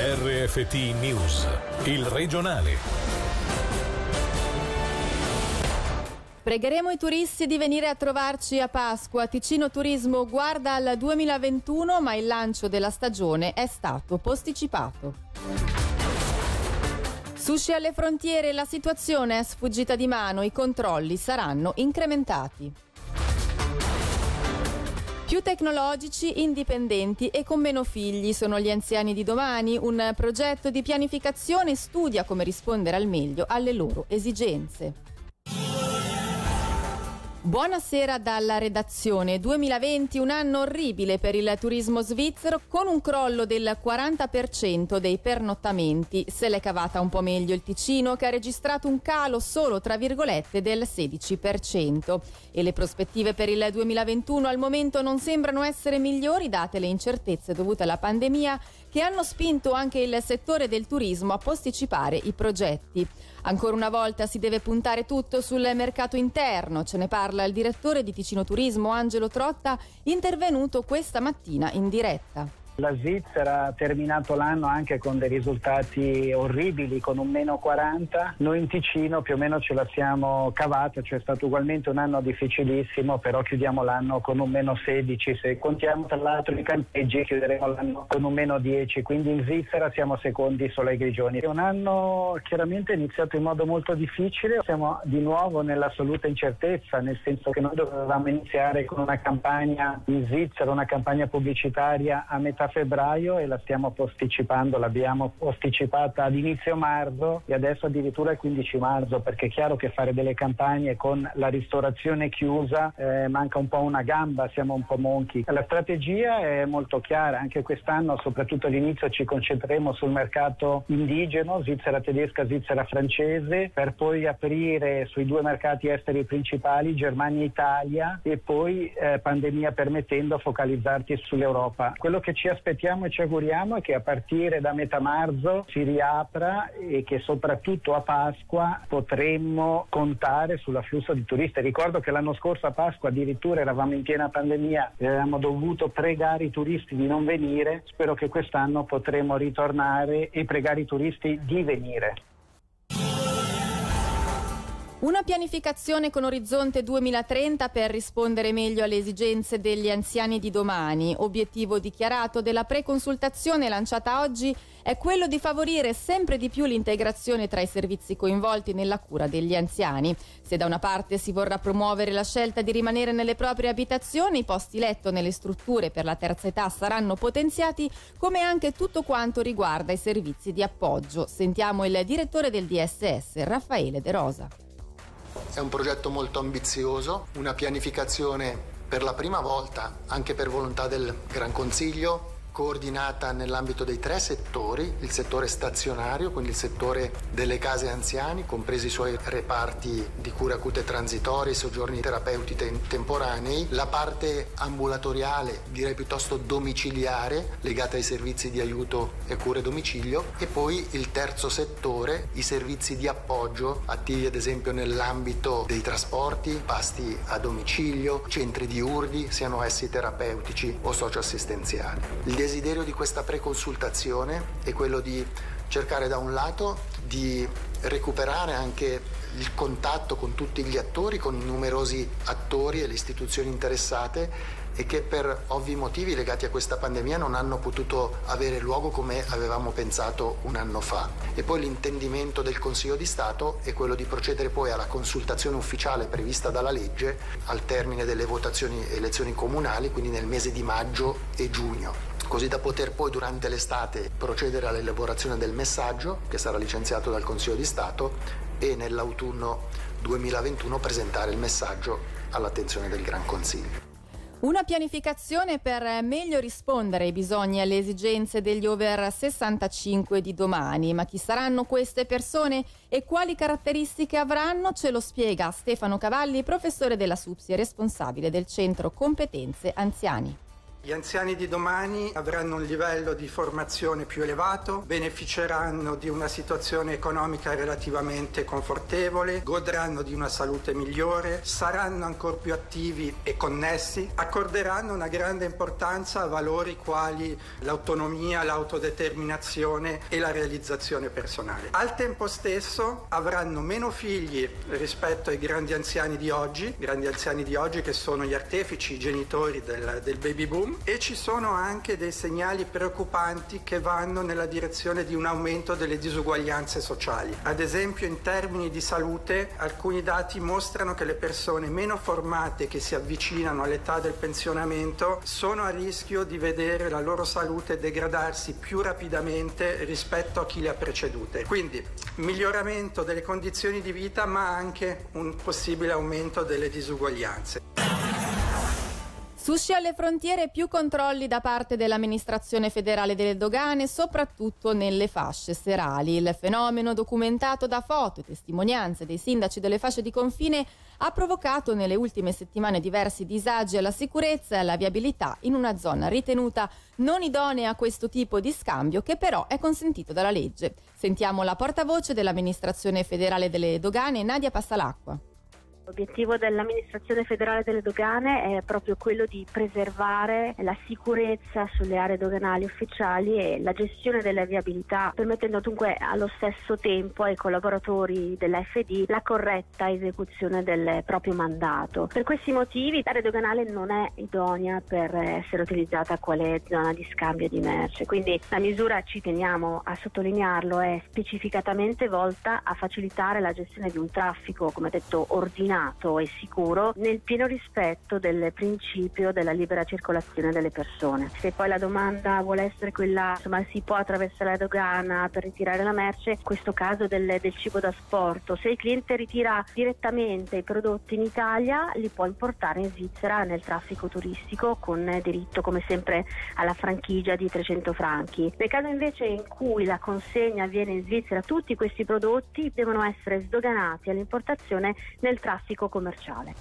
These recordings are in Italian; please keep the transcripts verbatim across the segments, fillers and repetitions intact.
R F T News, il regionale. Pregheremo i turisti di venire a trovarci a Pasqua. Ticino Turismo guarda al duemilaventuno, ma il lancio della stagione è stato posticipato. Sushi alle frontiere, la situazione è sfuggita di mano, i controlli saranno incrementati. Più tecnologici, indipendenti e con meno figli sono gli anziani di domani. Un progetto di pianificazione studia come rispondere al meglio alle loro esigenze. Buonasera dalla redazione. duemilaventi, un anno orribile per il turismo svizzero, con un crollo del quaranta per cento dei pernottamenti. Se l'è cavata un po' meglio il Ticino, che ha registrato un calo solo tra virgolette del sedici per cento. E le prospettive per il duemilaventuno al momento non sembrano essere migliori, date le incertezze dovute alla pandemia, che hanno spinto anche il settore del turismo a posticipare i progetti. Ancora una volta si deve puntare tutto sul mercato interno, ce ne parla il direttore di Ticino Turismo, Angelo Trotta, intervenuto questa mattina in diretta. La Svizzera ha terminato l'anno anche con dei risultati orribili, con un meno quaranta. Noi in Ticino più o meno ce la siamo cavata, cioè è stato ugualmente un anno difficilissimo, però chiudiamo l'anno con un meno sedici. Se contiamo tra l'altro i campeggi chiuderemo l'anno con un meno dieci, quindi in Svizzera siamo secondi solo ai Grigioni. È un anno chiaramente iniziato in modo molto difficile, siamo di nuovo nell'assoluta incertezza, nel senso che noi dovevamo iniziare con una campagna in Svizzera, una campagna pubblicitaria a metà febbraio e la stiamo posticipando, l'abbiamo posticipata ad inizio marzo e adesso addirittura il quindici marzo, perché è chiaro che fare delle campagne con la ristorazione chiusa eh, manca un po' una gamba, siamo un po' monchi. La strategia è molto chiara, anche quest'anno soprattutto all'inizio ci concentreremo sul mercato indigeno, Svizzera tedesca, Svizzera francese, per poi aprire sui due mercati esteri principali, Germania e Italia, e poi eh, pandemia permettendo focalizzarti sull'Europa. Quello che ci aspettiamo e ci auguriamo è che a partire da metà marzo si riapra e che soprattutto a Pasqua potremmo contare sull'afflusso di turisti. Ricordo che l'anno scorso a Pasqua addirittura eravamo in piena pandemia e avevamo dovuto pregare i turisti di non venire. Spero che quest'anno potremo ritornare e pregare i turisti di venire. Una pianificazione con orizzonte duemilatrenta per rispondere meglio alle esigenze degli anziani di domani. Obiettivo dichiarato della preconsultazione lanciata oggi è quello di favorire sempre di più l'integrazione tra i servizi coinvolti nella cura degli anziani. Se da una parte si vorrà promuovere la scelta di rimanere nelle proprie abitazioni, i posti letto nelle strutture per la terza età saranno potenziati, come anche tutto quanto riguarda i servizi di appoggio. Sentiamo il direttore del D S S, Raffaele De Rosa. È un progetto molto ambizioso, una pianificazione per la prima volta, anche per volontà del Gran Consiglio, coordinata nell'ambito dei tre settori: il settore stazionario, quindi il settore delle case anziani, compresi i suoi reparti di cura acute transitori, soggiorni terapeutici temporanei, la parte ambulatoriale, direi piuttosto domiciliare, legata ai servizi di aiuto e cure domicilio, e poi il terzo settore, i servizi di appoggio attivi ad esempio nell'ambito dei trasporti, pasti a domicilio, centri diurni, siano essi terapeutici o socioassistenziali. Il desiderio di questa preconsultazione è quello di cercare da un lato di recuperare anche il contatto con tutti gli attori, con i numerosi attori e le istituzioni interessate, e che per ovvi motivi legati a questa pandemia non hanno potuto avere luogo come avevamo pensato un anno fa. E poi l'intendimento del Consiglio di Stato è quello di procedere poi alla consultazione ufficiale prevista dalla legge al termine delle votazioni e elezioni comunali, quindi nel mese di maggio e giugno, così da poter poi durante l'estate procedere all'elaborazione del messaggio che sarà licenziato dal Consiglio di Stato e nell'autunno duemilaventuno presentare il messaggio all'attenzione del Gran Consiglio. Una pianificazione per meglio rispondere ai bisogni e alle esigenze degli over sessantacinque di domani. Ma chi saranno queste persone e quali caratteristiche avranno? Ce lo spiega Stefano Cavalli, professore della SUPSI e responsabile del Centro Competenze Anziani. Gli anziani di domani avranno un livello di formazione più elevato, beneficeranno di una situazione economica relativamente confortevole, godranno di una salute migliore, saranno ancora più attivi e connessi, accorderanno una grande importanza a valori quali l'autonomia, l'autodeterminazione e la realizzazione personale. Al tempo stesso avranno meno figli rispetto ai grandi anziani di oggi, grandi anziani di oggi che sono gli artefici, i genitori del, del baby boom, e ci sono anche dei segnali preoccupanti che vanno nella direzione di un aumento delle disuguaglianze sociali. Ad esempio, in termini di salute, alcuni dati mostrano che le persone meno formate che si avvicinano all'età del pensionamento sono a rischio di vedere la loro salute degradarsi più rapidamente rispetto a chi le ha precedute. Quindi miglioramento delle condizioni di vita, ma anche un possibile aumento delle disuguaglianze. Sushi alle frontiere, più controlli da parte dell'amministrazione federale delle dogane, soprattutto nelle fasce serali. Il fenomeno, documentato da foto e testimonianze dei sindaci delle fasce di confine, ha provocato nelle ultime settimane diversi disagi alla sicurezza e alla viabilità in una zona ritenuta non idonea a questo tipo di scambio, che però è consentito dalla legge. Sentiamo la portavoce dell'amministrazione federale delle dogane, Nadia Passalacqua. L'obiettivo dell'amministrazione federale delle dogane è proprio quello di preservare la sicurezza sulle aree doganali ufficiali e la gestione della viabilità, permettendo dunque allo stesso tempo ai collaboratori dell'A F D la corretta esecuzione del proprio mandato. Per questi motivi l'area doganale non è idonea per essere utilizzata quale zona di scambio di merce, quindi la misura, ci teniamo a sottolinearlo, è specificatamente volta a facilitare la gestione di un traffico, come detto, ordinato e sicuro, nel pieno rispetto del principio della libera circolazione delle persone. Se poi la domanda vuole essere quella, insomma, si può attraversare la dogana per ritirare la merce, in questo caso del, del cibo da asporto, se il cliente ritira direttamente i prodotti in Italia, li può importare in Svizzera nel traffico turistico con diritto, come sempre, alla franchigia di trecento franchi. Nel caso invece in cui la consegna avviene in Svizzera, tutti questi prodotti devono essere sdoganati all'importazione nel traffico commerciale.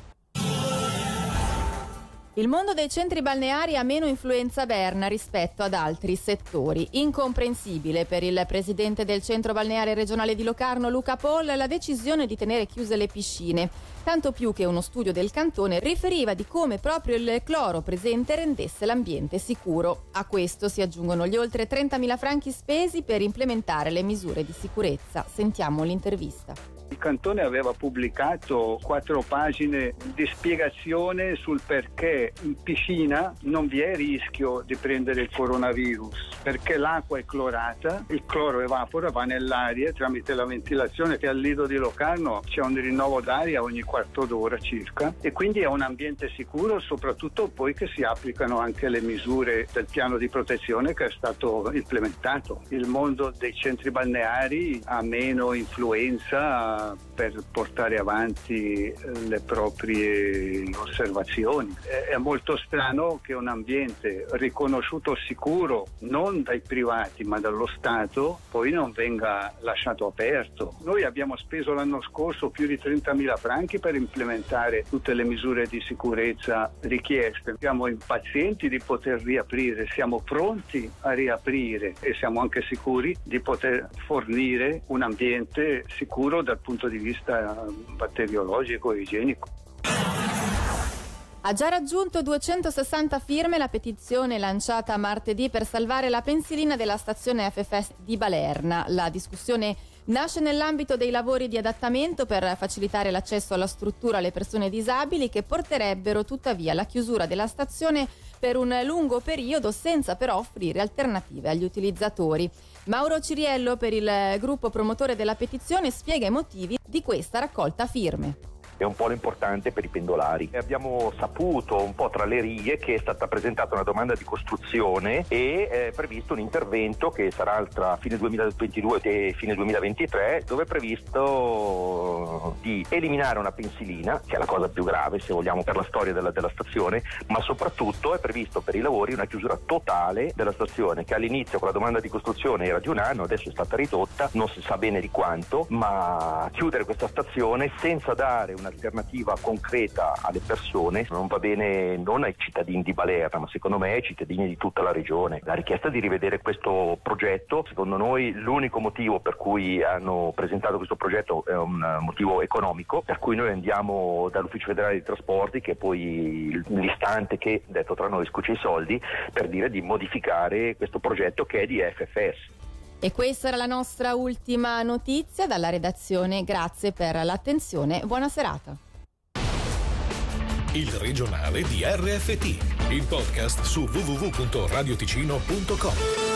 Il mondo dei centri balneari ha meno influenza Berna rispetto ad altri settori. Incomprensibile per il presidente del centro balneare regionale di Locarno, Luca Poll, la decisione di tenere chiuse le piscine, tanto più che uno studio del cantone riferiva di come proprio il cloro presente rendesse l'ambiente sicuro. A questo si aggiungono gli oltre trentamila franchi spesi per implementare le misure di sicurezza. Sentiamo l'intervista. Il Cantone aveva pubblicato quattro pagine di spiegazione sul perché in piscina non vi è rischio di prendere il coronavirus, perché l'acqua è clorata, il cloro evapora, va nell'aria tramite la ventilazione, che al Lido di Locarno c'è un rinnovo d'aria ogni quarto d'ora circa, e quindi è un ambiente sicuro, soprattutto poi che si applicano anche le misure del piano di protezione che è stato implementato. Il mondo dei centri balneari ha meno influenza per portare avanti le proprie osservazioni. È molto strano che un ambiente riconosciuto sicuro non dai privati ma dallo Stato poi non venga lasciato aperto. Noi abbiamo speso l'anno scorso più di trentamila franchi per implementare tutte le misure di sicurezza richieste. Siamo impazienti di poter riaprire, siamo pronti a riaprire e siamo anche sicuri di poter fornire un ambiente sicuro dal punto di vista batteriologico e igienico. Ha già raggiunto duecentosessanta firme la petizione lanciata martedì per salvare la pensilina della stazione F F S di Balerna. La discussione nasce nell'ambito dei lavori di adattamento per facilitare l'accesso alla struttura alle persone disabili, che porterebbero tuttavia alla chiusura della stazione per un lungo periodo, senza però offrire alternative agli utilizzatori. Mauro Ciriello, per il gruppo promotore della petizione, spiega i motivi di questa raccolta firme. È un polo importante per i pendolari. Abbiamo saputo un po' tra le righe che è stata presentata una domanda di costruzione e è previsto un intervento che sarà tra fine duemilaventidue e fine duemilaventitré, dove è previsto di eliminare una pensilina, che è la cosa più grave se vogliamo per la storia della, della stazione, ma soprattutto è previsto per i lavori una chiusura totale della stazione, che all'inizio con la domanda di costruzione era di un anno, adesso è stata ridotta, non si sa bene di quanto, ma chiudere questa stazione senza dare una un'alternativa concreta alle persone, non va bene non ai cittadini di Balerna, ma secondo me ai cittadini di tutta la regione. La richiesta di rivedere questo progetto, secondo noi l'unico motivo per cui hanno presentato questo progetto è un motivo economico, per cui noi andiamo dall'Ufficio Federale dei Trasporti, che è poi l'istante che, detto tra noi, scuce i soldi, per dire di modificare questo progetto che è di F F S. E questa era la nostra ultima notizia dalla redazione. Grazie per l'attenzione, buona serata. Il regionale di R F T, il podcast su w w w punto radioticino punto com.